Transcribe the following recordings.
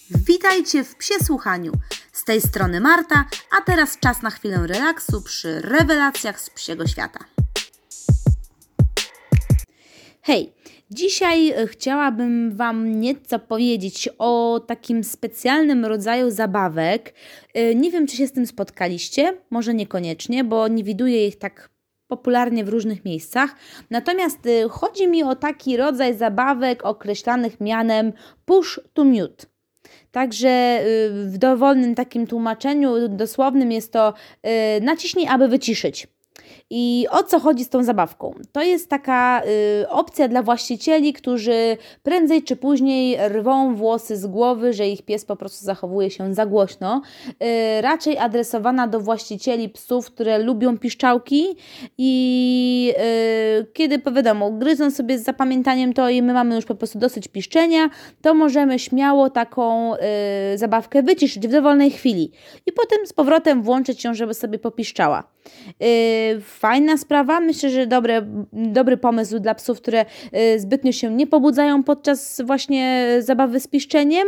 Witajcie w Psie Słuchaniu. Z tej strony Marta, a teraz czas na chwilę relaksu przy rewelacjach z psiego świata. Hej, dzisiaj chciałabym Wam nieco powiedzieć o takim specjalnym rodzaju zabawek. Nie wiem, czy się z tym spotkaliście, może niekoniecznie, bo nie widuję ich tak popularnie w różnych miejscach. Natomiast chodzi mi o taki rodzaj zabawek określanych mianem push to mute. Także w dowolnym takim tłumaczeniu dosłownym jest to naciśnij, aby wyciszyć. I o co chodzi z tą zabawką? To jest taka opcja dla właścicieli, którzy prędzej czy później rwą włosy z głowy, że ich pies po prostu zachowuje się za głośno. Raczej adresowana do właścicieli psów, które lubią piszczałki i kiedy wiadomo, gryzą sobie z zapamiętaniem to i my mamy już po prostu dosyć piszczenia, to możemy śmiało taką zabawkę wyciszyć w dowolnej chwili i potem z powrotem włączyć ją, żeby sobie popiszczała. Fajna sprawa, myślę, że dobry pomysł dla psów, które zbytnio się nie pobudzają podczas właśnie zabawy z piszczeniem.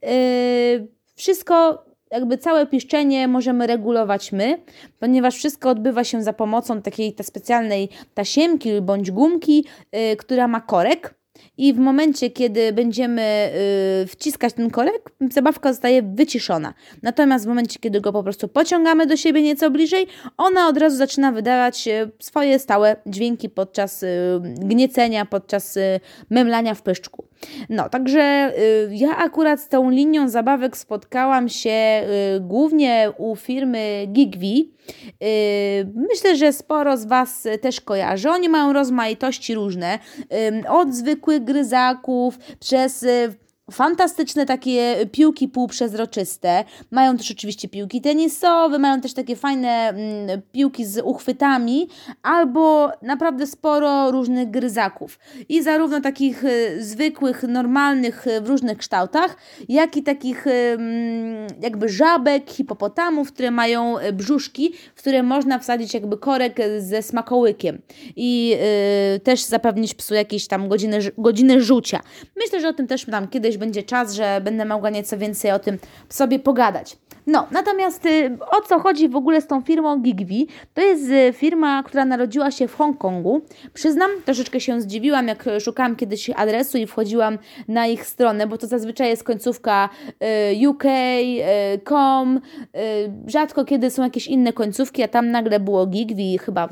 Wszystko, jakby całe piszczenie możemy regulować my, ponieważ wszystko odbywa się za pomocą takiej specjalnej tasiemki bądź gumki, która ma korek. I w momencie, kiedy będziemy wciskać ten korek, zabawka zostaje wyciszona. Natomiast w momencie, kiedy go po prostu pociągamy do siebie nieco bliżej, ona od razu zaczyna wydawać swoje stałe dźwięki podczas gniecenia, podczas memlania w pyszczku. No, także ja akurat z tą linią zabawek spotkałam się głównie u firmy Gigvi. Myślę, że sporo z Was też kojarzy. Oni mają rozmaitości różne, od zwykłych gryzaków przez fantastyczne takie piłki półprzezroczyste. Mają też oczywiście piłki tenisowe, mają też takie fajne piłki z uchwytami, albo naprawdę sporo różnych gryzaków. I zarówno takich zwykłych, normalnych w różnych kształtach, jak i takich jakby żabek, hipopotamów, które mają brzuszki, w które można wsadzić jakby korek ze smakołykiem i też zapewnić psu jakieś tam godziny rzucia. Myślę, że o tym też tam kiedyś będzie czas, że będę mogła nieco więcej o tym sobie pogadać. No, natomiast o co chodzi w ogóle z tą firmą Gigvi? To jest firma, która narodziła się w Hongkongu. Przyznam, troszeczkę się zdziwiłam, jak szukałam kiedyś adresu i wchodziłam na ich stronę, bo to zazwyczaj jest końcówka UK, com, rzadko kiedy są jakieś inne końcówki, a tam nagle było Gigvi, chyba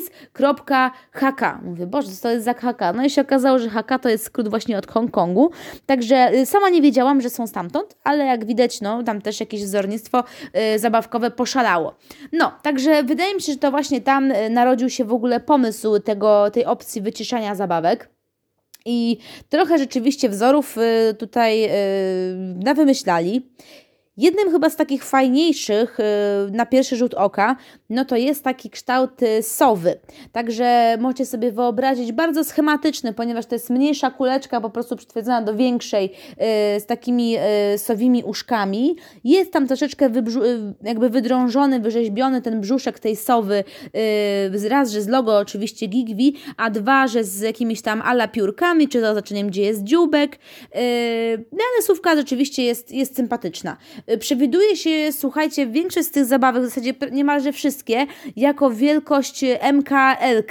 toys.hk. Mówię, Boże, co to jest za HK? No i się okazało, że HK to jest skrót właśnie od Hongkongu. Także sama nie wiedziałam, że są stamtąd, ale jak widać, no tam też jakieś wzornictwo zabawkowe poszalało. No, także wydaje mi się, że to właśnie tam narodził się w ogóle pomysł tej opcji wyciszania zabawek. I trochę rzeczywiście wzorów tutaj nawymyślali. Jednym chyba z takich fajniejszych na pierwszy rzut oka, no to jest taki kształt sowy. Także możecie sobie wyobrazić, bardzo schematyczny, ponieważ to jest mniejsza kuleczka, po prostu przytwierdzona do większej, z takimi sowimi uszkami. Jest tam troszeczkę jakby wydrążony, wyrzeźbiony ten brzuszek tej sowy, raz, że z logo oczywiście Gigvi, a dwa, że z jakimiś tam ala piórkami, czy to oznaczeniem, gdzie jest dzióbek. No ale sówka rzeczywiście jest sympatyczna. Przewiduje się, słuchajcie, większość z tych zabawek, w zasadzie niemalże wszystkie, jako wielkość MK-LK.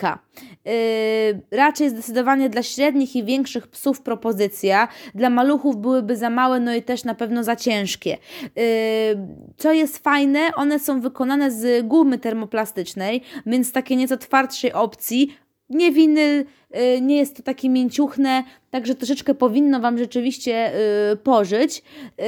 Raczej zdecydowanie dla średnich i większych psów propozycja, dla maluchów byłyby za małe, no i też na pewno za ciężkie. Co jest fajne, one są wykonane z gumy termoplastycznej, więc takie nieco twardszej opcji. Nie winyl, nie jest to takie mięciuchne, także troszeczkę powinno Wam rzeczywiście pożyć.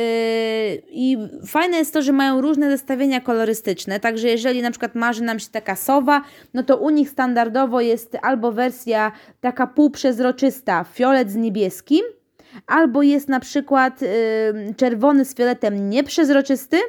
I fajne jest to, że mają różne zestawienia kolorystyczne, także jeżeli na przykład marzy nam się taka sowa, no to u nich standardowo jest albo wersja taka półprzezroczysta, fiolet z niebieskim, albo jest na przykład czerwony z fioletem nieprzezroczysty,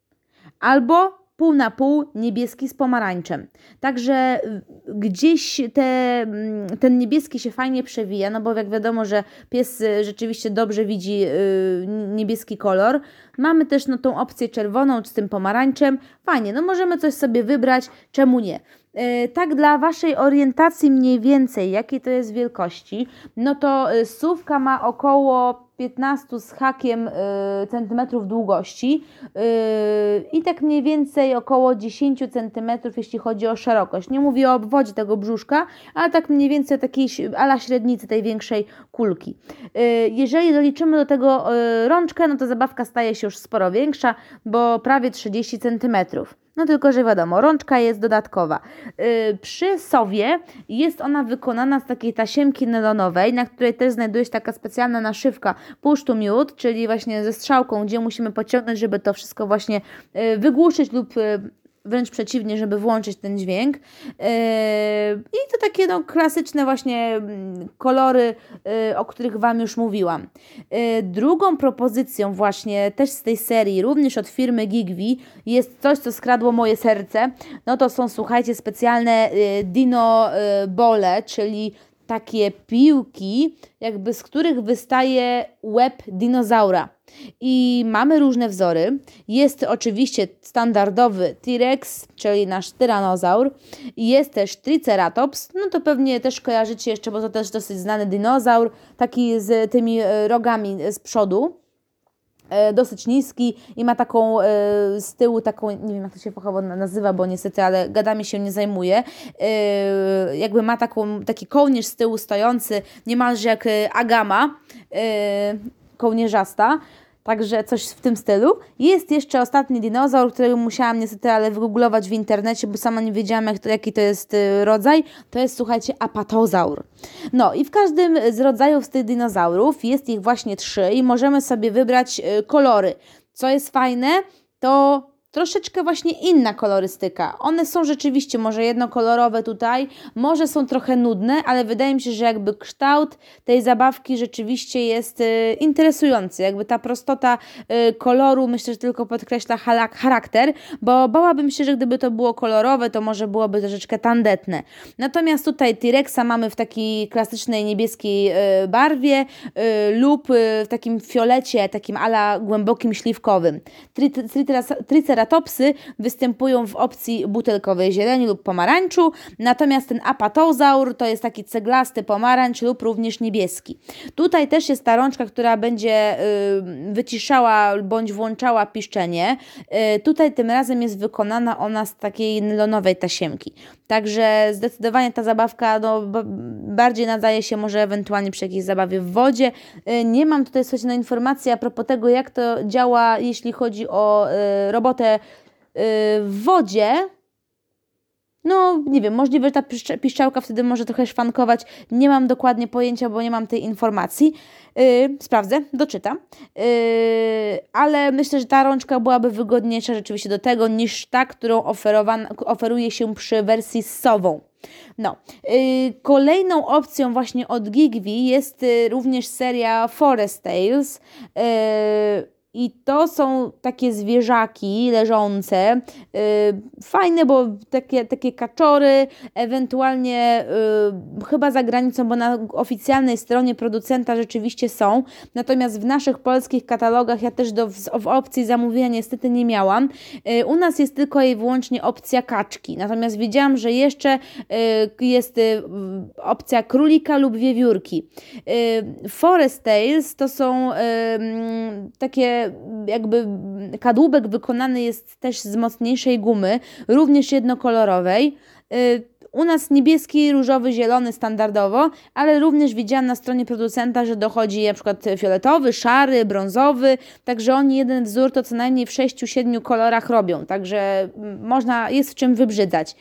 albo pół na pół niebieski z pomarańczem. Także gdzieś ten niebieski się fajnie przewija, no bo jak wiadomo, że pies rzeczywiście dobrze widzi niebieski kolor. Mamy też no tą opcję czerwoną z tym pomarańczem. Fajnie, no możemy coś sobie wybrać, czemu nie. Tak dla Waszej orientacji mniej więcej, jakiej to jest wielkości, no to sówka ma około 15 z hakiem centymetrów długości i tak mniej więcej około 10 centymetrów, jeśli chodzi o szerokość. Nie mówię o obwodzie tego brzuszka, ale tak mniej więcej takiej ala średnicy tej większej kulki. Jeżeli doliczymy do tego rączkę, no to zabawka staje się już sporo większa, bo prawie 30 centymetrów. No tylko, że wiadomo, rączka jest dodatkowa. Przy sowie jest ona wykonana z takiej tasiemki nylonowej, na której też znajduje się taka specjalna naszywka push to mute, czyli właśnie ze strzałką, gdzie musimy pociągnąć, żeby to wszystko właśnie wygłuszyć lub wręcz przeciwnie, żeby włączyć ten dźwięk. I to takie klasyczne właśnie kolory, o których Wam już mówiłam. Drugą propozycją właśnie też z tej serii, również od firmy Gigvi, jest coś, co skradło moje serce. No to są, słuchajcie, specjalne dino bole, czyli takie piłki, jakby z których wystaje łeb dinozaura. I mamy różne wzory. Jest oczywiście standardowy T-Rex, czyli nasz tyranozaur. Jest też Triceratops, no to pewnie też kojarzycie jeszcze, bo to też dosyć znany dinozaur, taki z tymi rogami z przodu. Dosyć niski i ma taką z tyłu taką, nie wiem jak to się fachowo nazywa, bo niestety, ale gadami się nie zajmuję, jakby ma taki kołnierz z tyłu stojący, niemalże jak agama kołnierzasta. Także coś w tym stylu. Jest jeszcze ostatni dinozaur, którego musiałam niestety ale wygooglować w internecie, bo sama nie wiedziałam jaki to jest rodzaj. To jest, słuchajcie, apatozaur. No i w każdym z rodzajów z tych dinozaurów jest ich właśnie 3 i możemy sobie wybrać kolory. Co jest fajne, to troszeczkę właśnie inna kolorystyka. One są rzeczywiście może jednokolorowe tutaj, może są trochę nudne, ale wydaje mi się, że jakby kształt tej zabawki rzeczywiście jest interesujący. Jakby ta prostota koloru myślę, że tylko podkreśla charakter, bo bałabym się, że gdyby to było kolorowe, to może byłoby troszeczkę tandetne. Natomiast tutaj T-Rexa mamy w takiej klasycznej niebieskiej barwie lub w takim fiolecie, takim ala głębokim śliwkowym. Triceratopsy występują w opcji butelkowej zieleni lub pomarańczu, natomiast ten apatozaur to jest taki ceglasty pomarańcz lub również niebieski. Tutaj też jest ta rączka, która będzie wyciszała bądź włączała piszczenie. Tutaj tym razem jest wykonana ona z takiej nylonowej tasiemki. Także zdecydowanie ta zabawka bardziej nadaje się może ewentualnie przy jakiejś zabawie w wodzie. Nie mam tutaj słuchajcie, informacji a propos tego, jak to działa, jeśli chodzi o robotę w wodzie. No, nie wiem, możliwe, że ta piszczałka wtedy może trochę szwankować. Nie mam dokładnie pojęcia, bo nie mam tej informacji. Sprawdzę, doczytam. Ale myślę, że ta rączka byłaby wygodniejsza rzeczywiście do tego, niż ta, którą oferuje się przy wersji z sową. No, kolejną opcją właśnie od Gigvi jest również seria Forest Tales. I to są takie zwierzaki leżące, fajne, bo takie kaczory, ewentualnie chyba za granicą, bo na oficjalnej stronie producenta rzeczywiście są, natomiast w naszych polskich katalogach ja też w opcji zamówienia niestety nie miałam. U nas jest tylko i wyłącznie opcja kaczki, natomiast widziałam, że jeszcze jest opcja królika lub wiewiórki. Forest Tales to są takie jakby kadłubek wykonany jest też z mocniejszej gumy, również jednokolorowej. U nas niebieski, różowy, zielony standardowo, ale również widziałam na stronie producenta, że dochodzi na przykład fioletowy, szary, brązowy, także oni jeden wzór to co najmniej w 6-7 kolorach robią, także jest w czym wybrzydzać.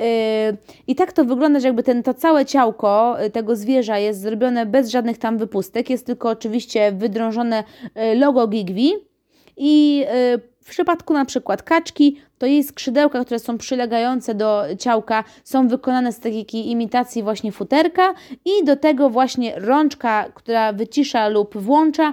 I tak to wygląda, że jakby to całe ciałko tego zwierza jest zrobione bez żadnych tam wypustek, jest tylko oczywiście wydrążone logo Gigvi i w przypadku na przykład kaczki, to jej skrzydełka, które są przylegające do ciałka, są wykonane z takiej imitacji właśnie futerka i do tego właśnie rączka, która wycisza lub włącza,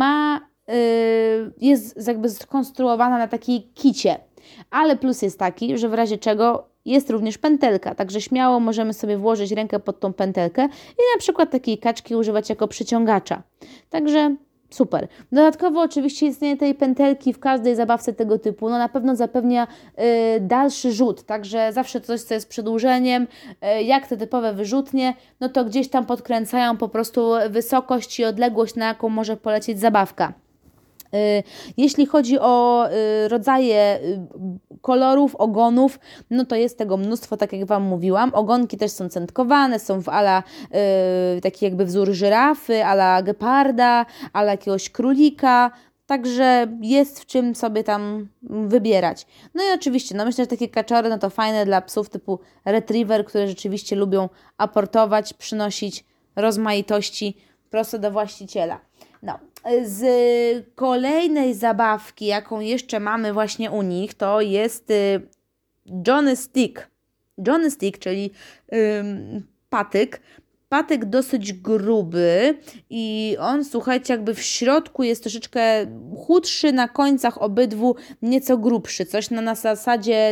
jest jakby skonstruowana na takiej kicie. Ale plus jest taki, że w razie czego jest również pętelka, także śmiało możemy sobie włożyć rękę pod tą pętelkę i na przykład takiej kaczki używać jako przyciągacza. Także Super. Dodatkowo oczywiście istnienie tej pętelki w każdej zabawce tego typu, no na pewno zapewnia dalszy rzut, także zawsze coś, co jest przedłużeniem, jak te typowe wyrzutnie, no to gdzieś tam podkręcają po prostu wysokość i odległość, na jaką może polecieć zabawka. Jeśli chodzi o rodzaje kolorów, ogonów, no to jest tego mnóstwo, tak jak Wam mówiłam. Ogonki też są centkowane, są w ala taki jakby wzór żyrafy, ala geparda, ala jakiegoś królika, także jest w czym sobie tam wybierać. No i oczywiście, no myślę, że takie kaczory, no to fajne dla psów typu retriever, które rzeczywiście lubią aportować, przynosić rozmaitości prosto do właściciela. No, z kolejnej zabawki, jaką jeszcze mamy właśnie u nich, to jest Johnny Stick. Johnny Stick, czyli patyk. Patyk dosyć gruby i on, słuchajcie, jakby w środku jest troszeczkę chudszy, na końcach obydwu nieco grubszy. Coś na zasadzie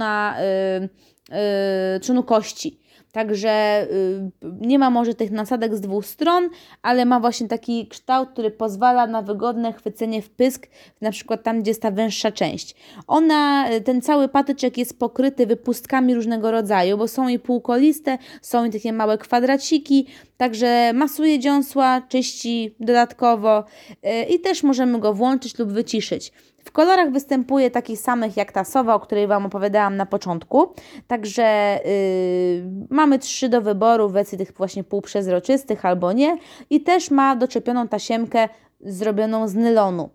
trzonu kości. Także nie ma może tych nasadek z dwóch stron, ale ma właśnie taki kształt, który pozwala na wygodne chwycenie w pysk, na przykład tam, gdzie jest ta węższa część. Ten cały patyczek jest pokryty wypustkami różnego rodzaju, bo są i półkoliste, są i takie małe kwadraciki, także masuje dziąsła, czyści dodatkowo i też możemy go włączyć lub wyciszyć. W kolorach występuje takich samych jak ta sowa, o której Wam opowiadałam na początku. Także mamy 3 do wyboru w wersji tych właśnie półprzezroczystych albo nie. I też ma doczepioną tasiemkę zrobioną z nylonu.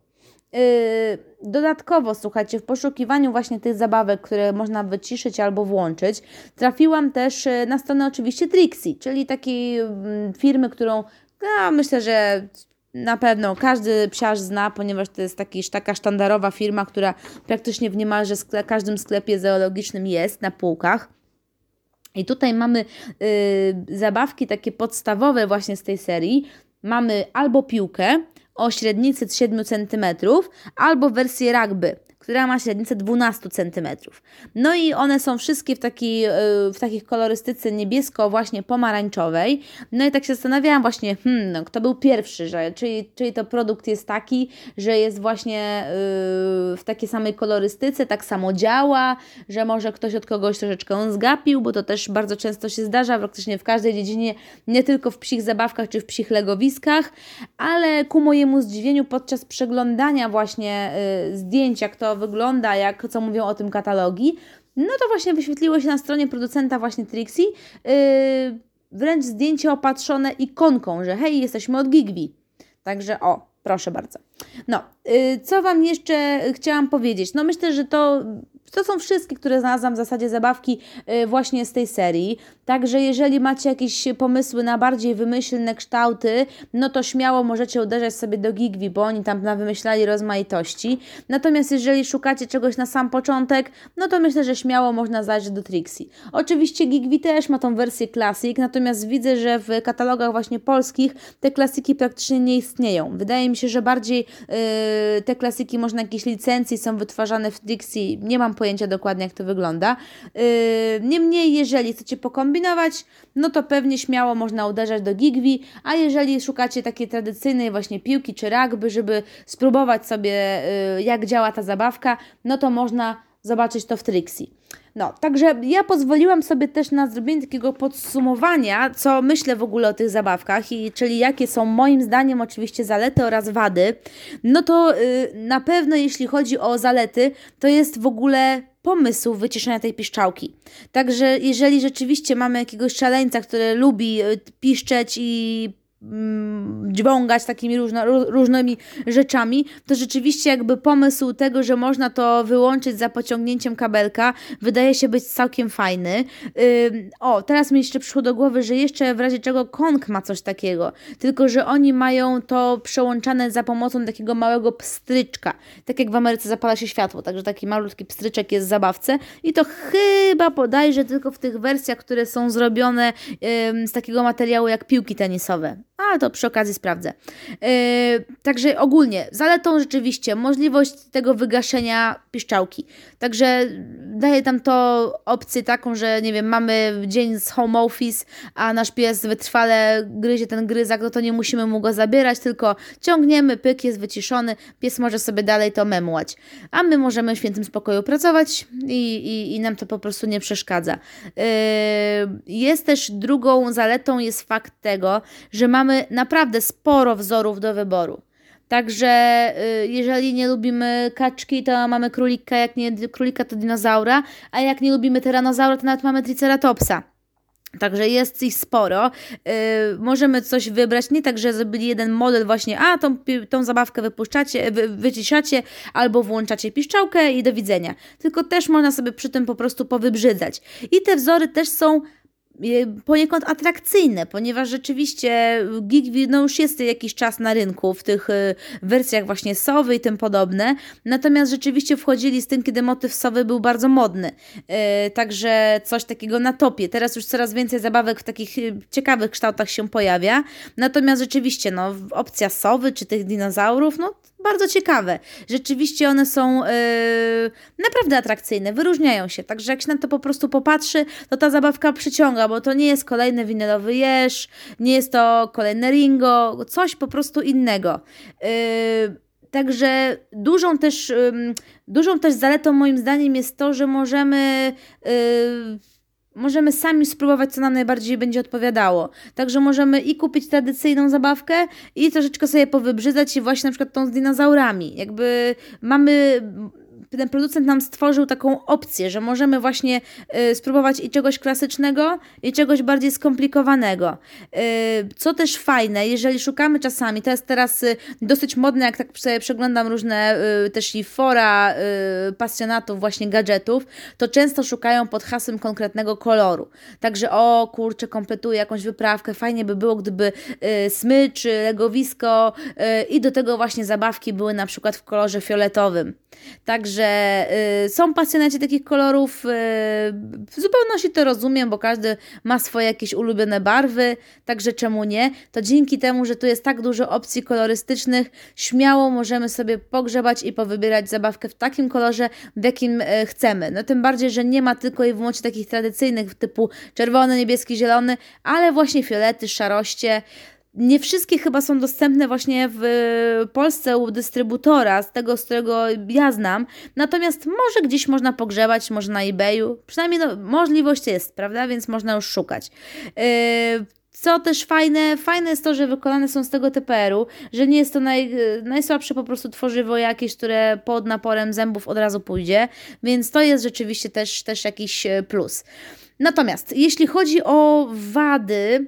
Dodatkowo, słuchajcie, w poszukiwaniu właśnie tych zabawek, które można wyciszyć albo włączyć, trafiłam też na stronę oczywiście Trixie, czyli takiej firmy, którą myślę, że na pewno każdy psiarz zna, ponieważ to jest taka sztandarowa firma, która praktycznie w niemalże każdym sklepie zoologicznym jest na półkach. I tutaj mamy zabawki takie podstawowe właśnie z tej serii. Mamy albo piłkę o średnicy 7 cm, albo wersję rugby, która ma średnicę 12 cm. No i one są wszystkie w takiej kolorystyce niebiesko właśnie pomarańczowej. No i tak się zastanawiałam właśnie, kto był pierwszy, czyli to produkt jest taki, że jest właśnie w takiej samej kolorystyce, tak samo działa, że może ktoś od kogoś troszeczkę zgapił, bo to też bardzo często się zdarza praktycznie w każdej dziedzinie, nie tylko w psich zabawkach czy w psich legowiskach, ale ku mojemu zdziwieniu podczas przeglądania właśnie zdjęć, jak to wygląda, co mówią o tym katalogi, no to właśnie wyświetliło się na stronie producenta właśnie Trixie wręcz zdjęcie opatrzone ikonką, że hej, jesteśmy od Gigvi. Także proszę bardzo. No, co Wam jeszcze chciałam powiedzieć? No myślę, że to są wszystkie, które znalazłam w zasadzie zabawki właśnie z tej serii. Także jeżeli macie jakieś pomysły na bardziej wymyślne kształty, no to śmiało możecie uderzać sobie do Gigvi, bo oni tam wymyślali rozmaitości. Natomiast jeżeli szukacie czegoś na sam początek, no to myślę, że śmiało można zajrzeć do Trixie. Oczywiście Gigvi też ma tą wersję Classic, natomiast widzę, że w katalogach właśnie polskich te klasyki praktycznie nie istnieją. Wydaje mi się, że bardziej te klasyki może na jakiejś licencji są wytwarzane w Trixie. Nie mam pojęcia dokładnie, jak to wygląda. Niemniej, jeżeli chcecie pokombinować, no to pewnie śmiało można uderzać do Gigvi, a jeżeli szukacie takiej tradycyjnej właśnie piłki czy rugby, żeby spróbować sobie, jak działa ta zabawka, no to można zobaczyć to w Trixie. No, także ja pozwoliłam sobie też na zrobienie takiego podsumowania, co myślę w ogóle o tych zabawkach, czyli jakie są moim zdaniem oczywiście zalety oraz wady. No to na pewno jeśli chodzi o zalety, to jest w ogóle pomysł wyciszenia tej piszczałki. Także jeżeli rzeczywiście mamy jakiegoś szaleńca, który lubi piszczeć i dźwągać takimi różnymi rzeczami, to rzeczywiście jakby pomysł tego, że można to wyłączyć za pociągnięciem kabelka, wydaje się być całkiem fajny. Teraz mi jeszcze przyszło do głowy, że jeszcze w razie czego Kong ma coś takiego, tylko że oni mają to przełączane za pomocą takiego małego pstryczka, tak jak w Ameryce zapala się światło, także taki malutki pstryczek jest w zabawce i to chyba bodajże tylko w tych wersjach, które są zrobione z takiego materiału jak piłki tenisowe. A to przy okazji sprawdzę. Także ogólnie zaletą rzeczywiście możliwość tego wygaszenia piszczałki. Także daje tam to opcję taką, że nie wiem, mamy dzień z home office, a nasz pies wytrwale gryzie ten gryzak, no to nie musimy mu go zabierać, tylko ciągniemy, pyk, jest wyciszony, pies może sobie dalej to memłać. A my możemy w świętym spokoju pracować i nam to po prostu nie przeszkadza. Jest też drugą zaletą jest fakt tego, że mamy naprawdę sporo wzorów do wyboru. Także jeżeli nie lubimy kaczki, to mamy królika, jak nie królika, to dinozaura, a jak nie lubimy tyranozaura, to nawet mamy triceratopsa. Także jest ich sporo. Możemy coś wybrać, nie tak, że zrobili jeden model właśnie, a tą zabawkę wyciszacie albo włączacie piszczałkę i do widzenia. Tylko też można sobie przy tym po prostu powybrzydzać. I te wzory też są poniekąd atrakcyjne, ponieważ rzeczywiście Geeky już jest jakiś czas na rynku w tych wersjach właśnie sowy i tym podobne, natomiast rzeczywiście wchodzili z tym, kiedy motyw sowy był bardzo modny, także coś takiego na topie. Teraz już coraz więcej zabawek w takich ciekawych kształtach się pojawia, natomiast rzeczywiście opcja sowy czy tych dinozaurów, bardzo ciekawe. Rzeczywiście one są naprawdę atrakcyjne, wyróżniają się, także jak się na to po prostu popatrzy, to ta zabawka przyciąga, bo to nie jest kolejny winylowy jeż, nie jest to kolejne Ringo, coś po prostu innego. Także dużą też zaletą moim zdaniem jest to, że możemy sami spróbować, co nam najbardziej będzie odpowiadało. Także możemy i kupić tradycyjną zabawkę i troszeczkę sobie powybrzydzać się właśnie na przykład tą z dinozaurami. Ten producent nam stworzył taką opcję, że możemy właśnie spróbować i czegoś klasycznego, i czegoś bardziej skomplikowanego. Co też fajne, jeżeli szukamy czasami, to jest teraz dosyć modne, jak tak sobie przeglądam różne też i fora pasjonatów właśnie gadżetów, to często szukają pod hasłem konkretnego koloru. Także kompletuję jakąś wyprawkę, fajnie by było, gdyby smycz, legowisko i do tego właśnie zabawki były na przykład w kolorze fioletowym. Także są pasjonaci takich kolorów, w zupełności to rozumiem, bo każdy ma swoje jakieś ulubione barwy, także czemu nie? To dzięki temu, że tu jest tak dużo opcji kolorystycznych, śmiało możemy sobie pogrzebać i powybierać zabawkę w takim kolorze, w jakim chcemy. Tym bardziej, że nie ma tylko i wyłącznie takich tradycyjnych typu czerwony, niebieski, zielony, ale właśnie fiolety, szaroście. Nie wszystkie chyba są dostępne właśnie w Polsce u dystrybutora, z tego, z którego ja znam. Natomiast może gdzieś można pogrzebać, może na eBayu. Przynajmniej możliwość jest, prawda? Więc można już szukać. Co też fajne jest to, że wykonane są z tego TPR-u, że nie jest to najsłabsze po prostu tworzywo jakieś, które pod naporem zębów od razu pójdzie, więc to jest rzeczywiście też jakiś plus. Natomiast jeśli chodzi o wady,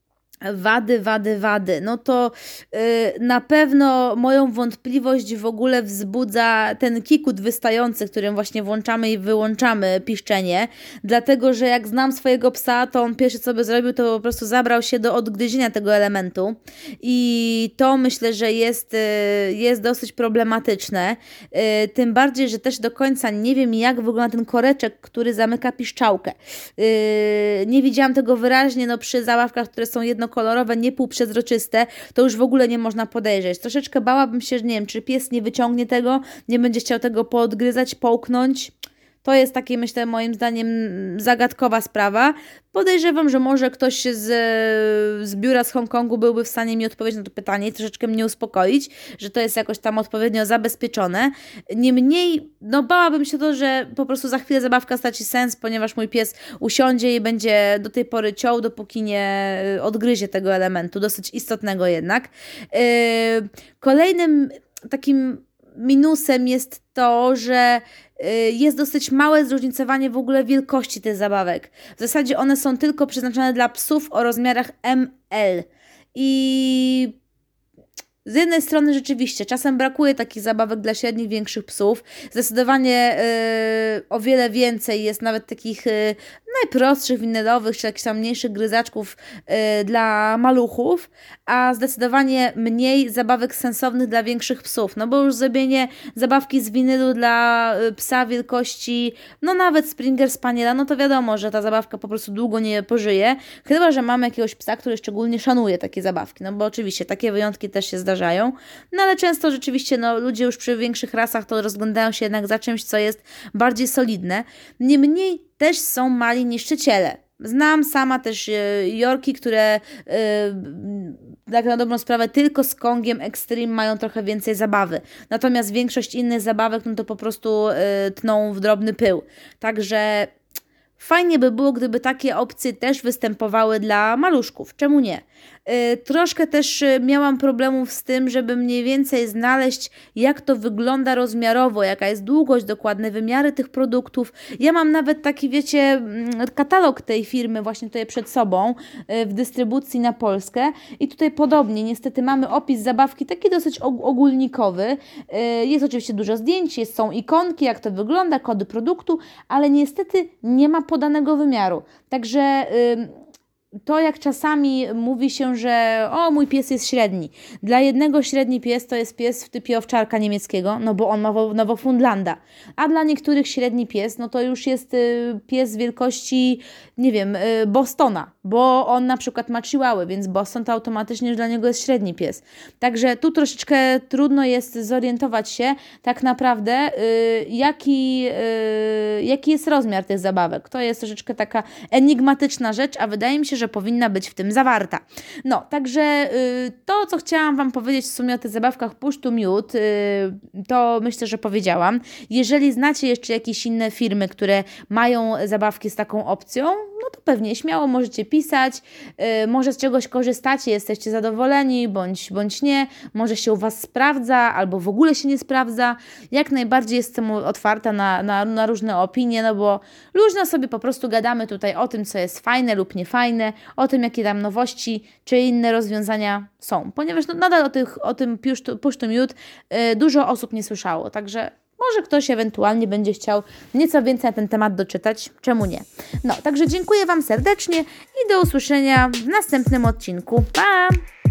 to na pewno moją wątpliwość w ogóle wzbudza ten kikut wystający, którym właśnie włączamy i wyłączamy piszczenie, dlatego, że jak znam swojego psa, to on pierwsze co by zrobił, to po prostu zabrał się do odgryzienia tego elementu i to myślę, że jest dosyć problematyczne, tym bardziej, że też do końca nie wiem, jak wygląda ten koreczek, który zamyka piszczałkę. Nie widziałam tego wyraźnie, przy zabawkach, które są jednokolorowe, nie półprzezroczyste, to już w ogóle nie można podejrzeć. Troszeczkę bałabym się, że nie wiem, czy pies nie wyciągnie tego, nie będzie chciał tego poodgryzać, połknąć. To jest takie, myślę, moim zdaniem zagadkowa sprawa. Podejrzewam, że może ktoś z biura z Hongkongu byłby w stanie mi odpowiedzieć na to pytanie i troszeczkę mnie uspokoić, że to jest jakoś tam odpowiednio zabezpieczone. Niemniej, bałabym się to, że po prostu za chwilę zabawka straci sens, ponieważ mój pies usiądzie i będzie do tej pory ciął, dopóki nie odgryzie tego elementu, dosyć istotnego jednak. Kolejnym takim minusem jest to, że jest dosyć małe zróżnicowanie w ogóle wielkości tych zabawek. W zasadzie one są tylko przeznaczone dla psów o rozmiarach ML. I z jednej strony rzeczywiście czasem brakuje takich zabawek dla średnich, większych psów. Zdecydowanie o wiele więcej jest nawet takich najprostszych winylowych, czy jakichś tam mniejszych gryzaczków dla maluchów, a zdecydowanie mniej zabawek sensownych dla większych psów, no bo już zrobienie zabawki z winylu dla psa wielkości, no nawet Springer Spaniela, no to wiadomo, że ta zabawka po prostu długo nie pożyje, chyba że mamy jakiegoś psa, który szczególnie szanuje takie zabawki, no bo oczywiście takie wyjątki też się zdarzają, no ale często rzeczywiście no, ludzie już przy większych rasach to rozglądają się jednak za czymś, co jest bardziej solidne. Niemniej też są mali niszczyciele. Znam sama też Yorki, które tak na dobrą sprawę tylko z Kongiem Extreme mają trochę więcej zabawy. Natomiast większość innych zabawek no to po prostu tną w drobny pył. Także fajnie by było, gdyby takie opcje też występowały dla maluszków. Czemu nie? Troszkę też miałam problemów z tym, żeby mniej więcej znaleźć, jak to wygląda rozmiarowo, jaka jest długość, dokładne wymiary tych produktów. Ja mam nawet taki, wiecie, katalog tej firmy właśnie tutaj przed sobą w dystrybucji na Polskę i tutaj podobnie, niestety mamy opis zabawki taki dosyć ogólnikowy. Jest oczywiście dużo zdjęć, są ikonki, jak to wygląda, kody produktu, ale niestety nie ma podanego wymiaru. Także to jak czasami mówi się, że mój pies jest średni. Dla jednego średni pies to jest pies w typie owczarka niemieckiego, no bo on ma Nowofundlanda. A dla niektórych średni pies, no to już jest pies wielkości, nie wiem, Bostona, bo on na przykład ma chihuahy, więc Boston to automatycznie już dla niego jest średni pies. Także tu troszeczkę trudno jest zorientować się tak naprawdę, jaki jest rozmiar tych zabawek. To jest troszeczkę taka enigmatyczna rzecz, a wydaje mi się, że powinna być w tym zawarta. No, także to, co chciałam Wam powiedzieć w sumie o tych zabawkach Push to Mute, to myślę, że powiedziałam. Jeżeli znacie jeszcze jakieś inne firmy, które mają zabawki z taką opcją, no to pewnie śmiało możecie pisać, może z czegoś korzystacie, jesteście zadowoleni, bądź nie, może się u Was sprawdza, albo w ogóle się nie sprawdza. Jak najbardziej jestem otwarta na różne opinie, no bo luźno sobie po prostu gadamy tutaj o tym, co jest fajne lub niefajne, o tym, jakie tam nowości czy inne rozwiązania są, ponieważ no, nadal o tym Push to Mute dużo osób nie słyszało, także może ktoś ewentualnie będzie chciał nieco więcej na ten temat doczytać, czemu nie. No, także dziękuję Wam serdecznie i do usłyszenia w następnym odcinku. Pa!